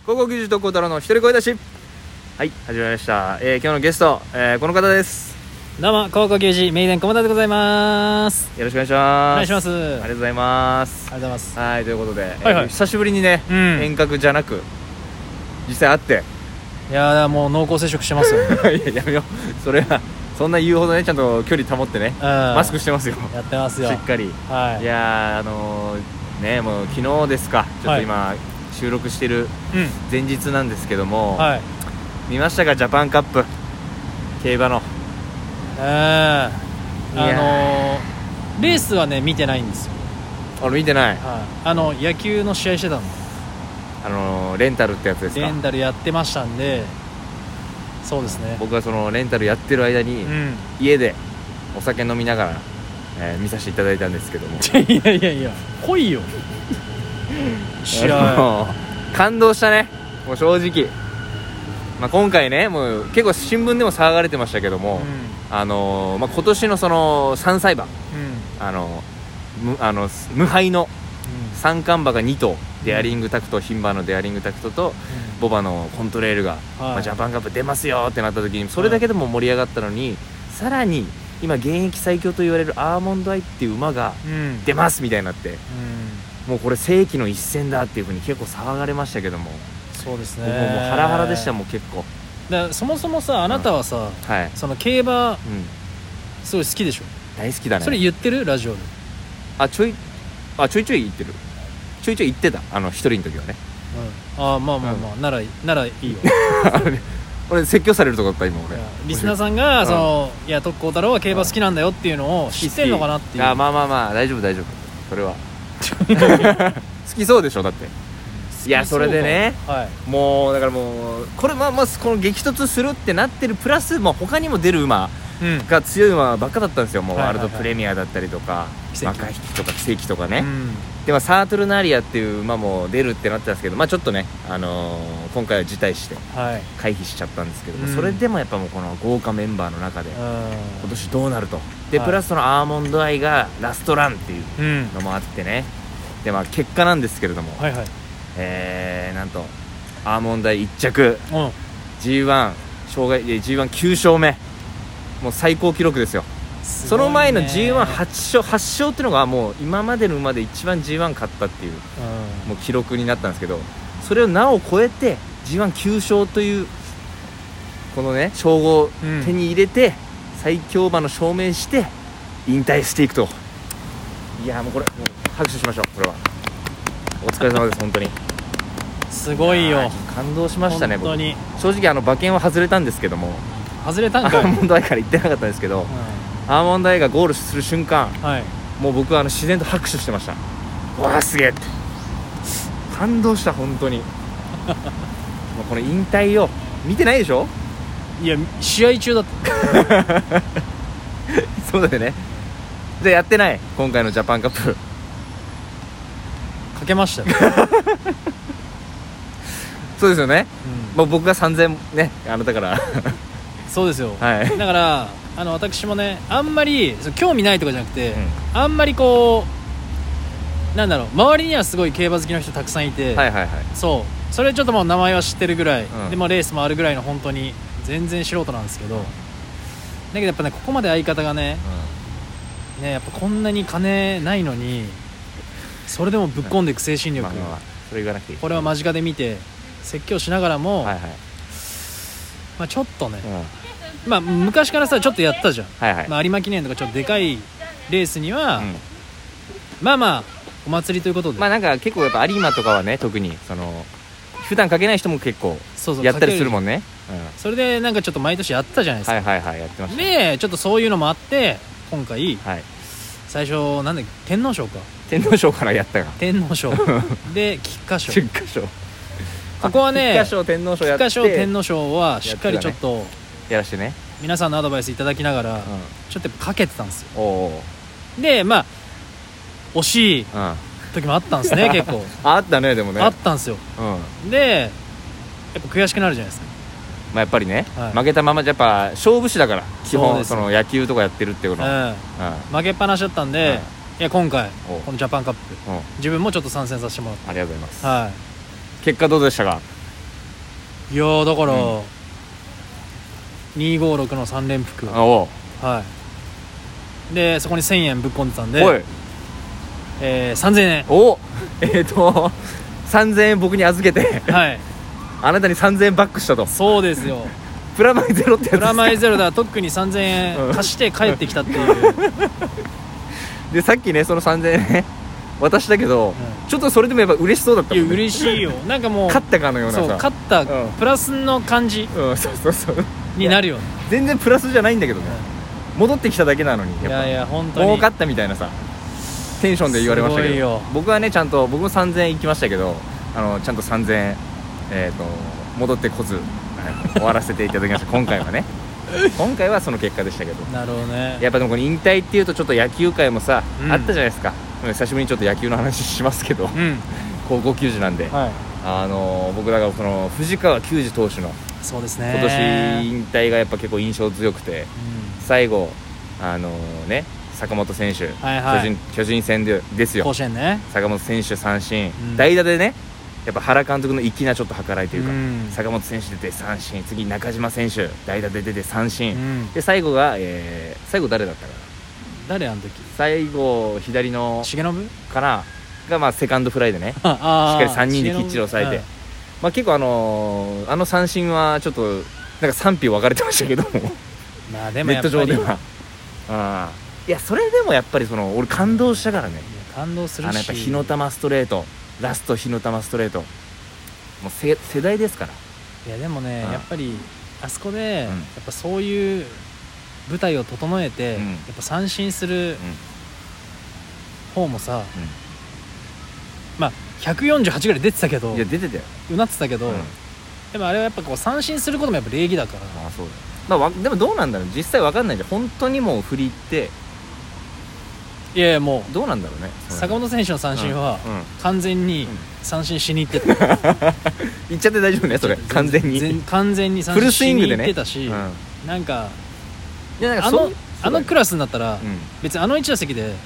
高校球児と孝太郎の一人声出し。はい、始まりました。今日のゲスト、この方です。 どうも、高校球児メイデン駒田でございます。 よろしくお願いします。 お願いします。 ありがとうございます。 ありがとうございます。 はい、ということで、 はいはい、 久しぶりにね、遠隔じゃなく実際会っていやーもう濃厚接触してますよいや、やめよう。それはそんな言うほどね、ちゃんと距離保ってね、マスクしてますよ。 やってますよ、 しっかり。 はい、 いやね、もう昨日ですか、ちょっと今、収録してる前日なんですけども、 はい、 見ましたか、ジャパンカップ競馬の。 レースはね見てないんですよ。 見てない、 はい、野球の試合してたんで、 レンタルってやつですか。 レンタルやってましたんで、そうですね。 僕はそのレンタルやってる間に、家でお酒飲みながら、見させていただいたんですけどもいやいやいや、来いよ試合感動したね、もう正直。今回ね、もう結構新聞でも騒がれてましたけども、今年のその3歳馬、無敗の三冠馬が2頭、デアリングタクト、牝馬のデアリングタクトと、ボバのコントレールが、ジャパンカップ出ますよってなった時に、それだけでも盛り上がったのに、さらに今現役最強と言われるアーモンドアイっていう馬が出ますみたいになって、もうこれ世紀の一戦だっていう風に結構騒がれましたけども。 そうですね、 もうハラハラでした。もう結構そもそもさ、あなたはさ、その競馬、すごい好きでしょ。大好きだね。 それ言ってるラジオで。 ちょいちょい言ってる。ちょいちょい言ってた、一人の時はね。 まあ、ならいいよ俺説教されるとこだった今俺。 リスナーさんがいや、徳光太郎は競馬好きなんだよっていうのを知ってんのかなっていう。 まあ大丈夫それは好きそうでしょ、だって。いや、それでね、もうだからもうこれまずこの激突するってなってるプラス、他にも出る馬が強い馬ばっかだったんですよ。もうワールドプレミアだったりとか、若い人とか奇跡とかね。でサートルナーリアっていう馬も出るってなってたんですけど、ちょっとね、今回は辞退して回避しちゃったんですけども、それでもやっぱもうこの豪華メンバーの中で今年どうなると。でプラスそのアーモンドアイがラストランっていうのもあってね。で結果なんですけれども、なんとアーモンドアイ1着、G1 9勝目、もう最高記録ですよ。その前の G18 勝っていうのがもう今までの馬で一番 G1 勝ったっていう、もう記録になったんですけど、それをなお超えて G19 勝というこのね称号を手に入れて、最強馬の証明して引退していくと。いや、もうこれもう拍手しましょう。これはお疲れ様です。本当にすごいよ。 感動しましたね。 本当に正直馬券は外れたんですけども、 外れたんかい。 アーモンドアイから言ってなかったんですけど、アーモンドアイがゴールする瞬間、もう僕は自然と拍手してました。わあすげえって感動した。本当にこの引退を見てないでしょ。 いや、試合中だったそうだよね。じゃあやってない、今回のジャパンカップかけましたよそうですよね、僕が3000ね、あなたからそうですよ、だから私もね、あんまり興味ないとかじゃなくて、あんまりこうなんだろう、周りにはすごい競馬好きな人たくさんいて、それちょっともう名前は知ってるぐらい、でもレースもあるぐらいの本当に全然素人なんですけど、だけどやっぱね、ここまで相方がね、やっぱこんなに金ないのにそれでもぶっ込んでいく精神力、 それ言わなくていい。 これは間近で見て説教しながらも、ちょっとね、昔からさちょっとやったじゃん、有馬記念とかちょっとでかいレースには、お祭りということで、 なんか結構やっぱ有馬とかはね、特に普段かけない人も結構やったりするもんね。 それでなんかちょっと毎年やったじゃないですか。 やってました。 でちょっとそういうのもあって今回、最初なんだっけ、天皇賞からやったが天皇賞で菊花賞ここはね、 菊花賞天皇賞やって、 菊花賞天皇賞はしっかりちょっとやらしてね、 皆さんのアドバイスいただきながら、ちょっとやっぱかけてたんですよ。で惜しい時もあったんですね結構あったね。でもね、 あったんですよ。でやっぱ悔しくなるじゃないですか。 やっぱりね、負けたままやっぱ勝負師だから、基本その野球とかやってるっていうのは、 負けっぱなしだったんで、いや今回このジャパンカップ、自分もちょっと参戦させてもらって。 ありがとうございます。結果どうでしたか。 いやだから、256の3連服、 はい 、でそこに1000円ぶっ込んでたんで、3000円 3000円僕に預けて、 はい、 あなたに3000円バックしたと。 そうですよ。 プラマイゼロってやつですか。 プラマイゼロだ、特に3000円貸して帰ってきたっていうでさっきねその3000円ね渡したけど、ちょっとそれでもやっぱ嬉しそうだったもんね。 いや嬉しいよ。なんかもう勝ったかのようなさ、 そう勝った、プラスの感じになるよね。 全然プラスじゃないんだけどね、戻ってきただけなのにやっぱ、 いや本当に儲かったみたいなさテンションで言われましたけど、僕はねちゃんと僕も3000円行きましたけど、ちゃんと3000円戻ってこず、終わらせていただきました今回はね今回はその結果でしたけど。 なるほどね。 やっぱでもこの引退っていうとちょっと野球界もさ、あったじゃないですか。久しぶりにちょっと野球の話しますけど、高校球児なんで、僕だからその藤川球児投手のそうですね、 今年引退がやっぱ結構印象強くて、最後坂本選手、巨人戦ですよ。 甲子園ね。 坂本選手三振、代打でねやっぱ原監督の粋なちょっと計らいというか、坂本選手出て三振、次中島選手代打で出て三振、で最後が、最後誰だったかな、 誰あの時最後左の重信かなが、セカンドフライでねしっかり3人できっちり抑えて、結構あの三振はちょっとなんか賛否分かれてましたけどもでもネット上では。いやそれでもやっぱり俺感動したからね。 感動するし、 やっぱ火の玉ストレート、ラスト火の玉ストレート、もう世代ですから。 いやでもね、やっぱりあそこで、やっぱそういう舞台を整えて、やっぱ三振する方もさ、148ぐらい出てたけど、 いや出てたよ、 うなってたけど、でもあれはやっぱこう三振することもやっぱ礼儀だから。 そうだよ。でもどうなんだろう、実際わかんないじゃん。本当にもう振り入って、 いやいやもうどうなんだろうね。 坂本選手の三振は完全に三振しに行ってた言っちゃって大丈夫ねそれ。完全に三振しに行ってたし、なんかあのクラスになったら、別にあの1打席で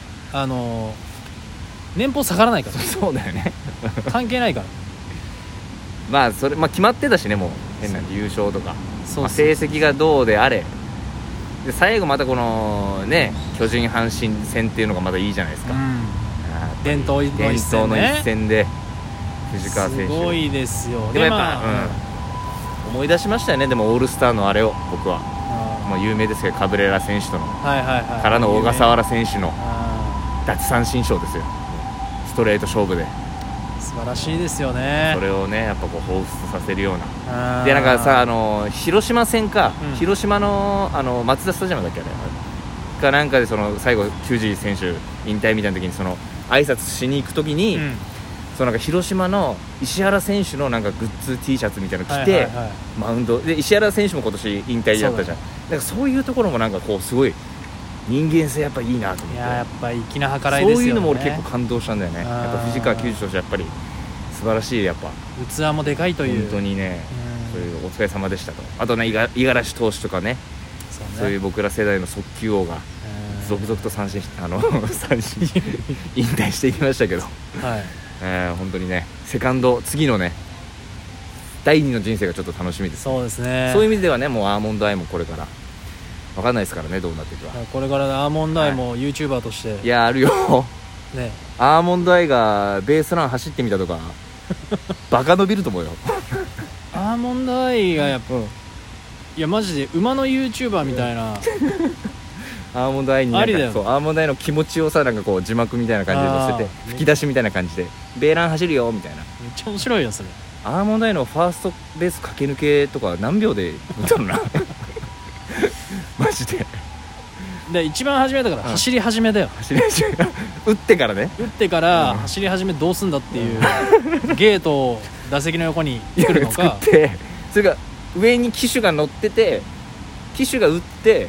年俸下がらないから。 そうだよね関係ないからそれ決まってたしね、もう変な優勝とか成績がどうであれで、最後またこのね巨人阪神戦っていうのがまたいいじゃないですか、 伝統の一戦で藤川選手すごいですよ。 でもやっぱ、思い出しましたよね。でもオールスターのあれを僕はもう有名ですけど、カブレラ選手とのからの小笠原選手の奪三振ショーですよ。ストレート勝負で素晴らしいですよね。 それをねやっぱこう彷彿させるような。でなんかさ広島戦か、広島の松田スタジアムだっけあれかなんかで最後球児選手引退みたいな時に挨拶しに行く時に、なんか広島の石原選手のなんかグッズ T シャツみたいなの着て、マウンドで石原選手も今年引退だったじゃん。なんかそういうところもなんかこうすごい人間性やっぱいいなと思って。 いややっぱ粋な計らいですよね。 そういうのも俺結構感動したんだよね。やっぱ藤川球児としてやっぱり素晴らしい、やっぱ器もでかいという、 本当にね、そういうお疲れ様でしたと。あとね五十嵐投手とかね、そういう僕ら世代の速球王が続々と三振引退していきましたけど、本当にねセカンド次のね第二の人生がちょっと楽しみです。 そうですね。 そういう意味ではね、もうアーモンドアイもこれから分かんないですからね、どうなっていくか。 これからアーモンドアイも YouTuber として、 いやあるよね。アーモンドアイがベースラン走ってみたとかバカ伸びると思うよアーモンドアイがやっぱ、いやマジで馬の YouTuber みたいな、 アーモンドアイになんかそうアーモンドアイの気持ちをさ、なんかこう字幕みたいな感じで載せて吹き出しみたいな感じでベーラン走るよみたいな。 めっちゃ面白いよそれ。 アーモンドアイのファーストベース駆け抜けとか何秒で見たのなマジで一番初めだから走り始めだよ。 走り始め打ってからね、 打ってから走り始めどうすんだっていうゲートを打席の横に作るのか作って、それが上に騎手が乗ってて、騎手が打って、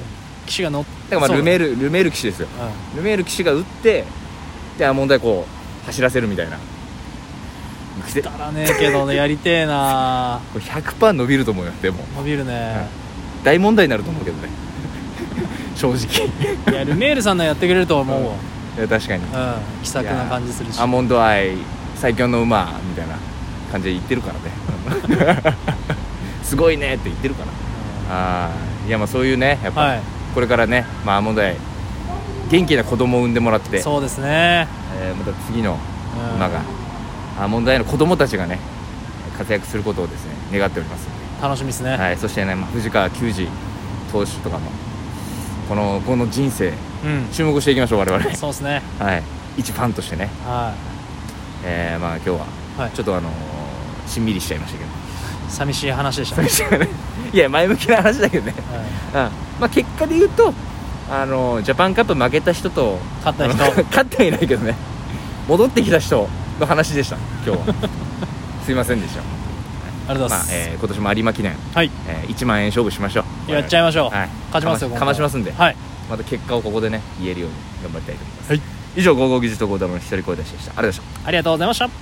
騎手が乗って、 だからルメール騎手ですよ、ルメール騎手が打って、でアーモンドアイこう走らせるみたいな。 くだらねえけどねやりてえなこれ 100% 伸びると思うよ。でも伸びるね、 大問題になると思うけどね正直いやルメールさんのやってくれると思うわ、 いや確かに、 気さくな感じするし、 アーモンドアイ最強の馬みたいな感じで言ってるからねすごいねって言ってるから、いやまあそういうねやっぱ、これからねまあアーモンドアイ元気な子供を産んでもらって、 そうですね、 また次の馬がアーモンドアイの子供たちがね活躍することをですね願っておりますので楽しみですね。 はい、そしてね、藤川球児投手とかもこの人生、注目していきましょう我々。 そうですね、 はい、一ファンとしてね、まあ今日はちょっとしんみりしちゃいましたけど寂しい話でしたね。 いや前向きな話だけどね、まあ結果で言うとジャパンカップ負けた人と勝った人勝ってはいないけどね戻ってきた人の話でした今日はすいませんでした。 ありがとうございます。 今年も有馬記念、1万円勝負しましょう。 やっちゃいましょう。勝ちますよ。 かましますんで、また結果をここでね言えるように頑張りたいと思います。以上55技術と合同の一人声出しでした。ありがとうございました。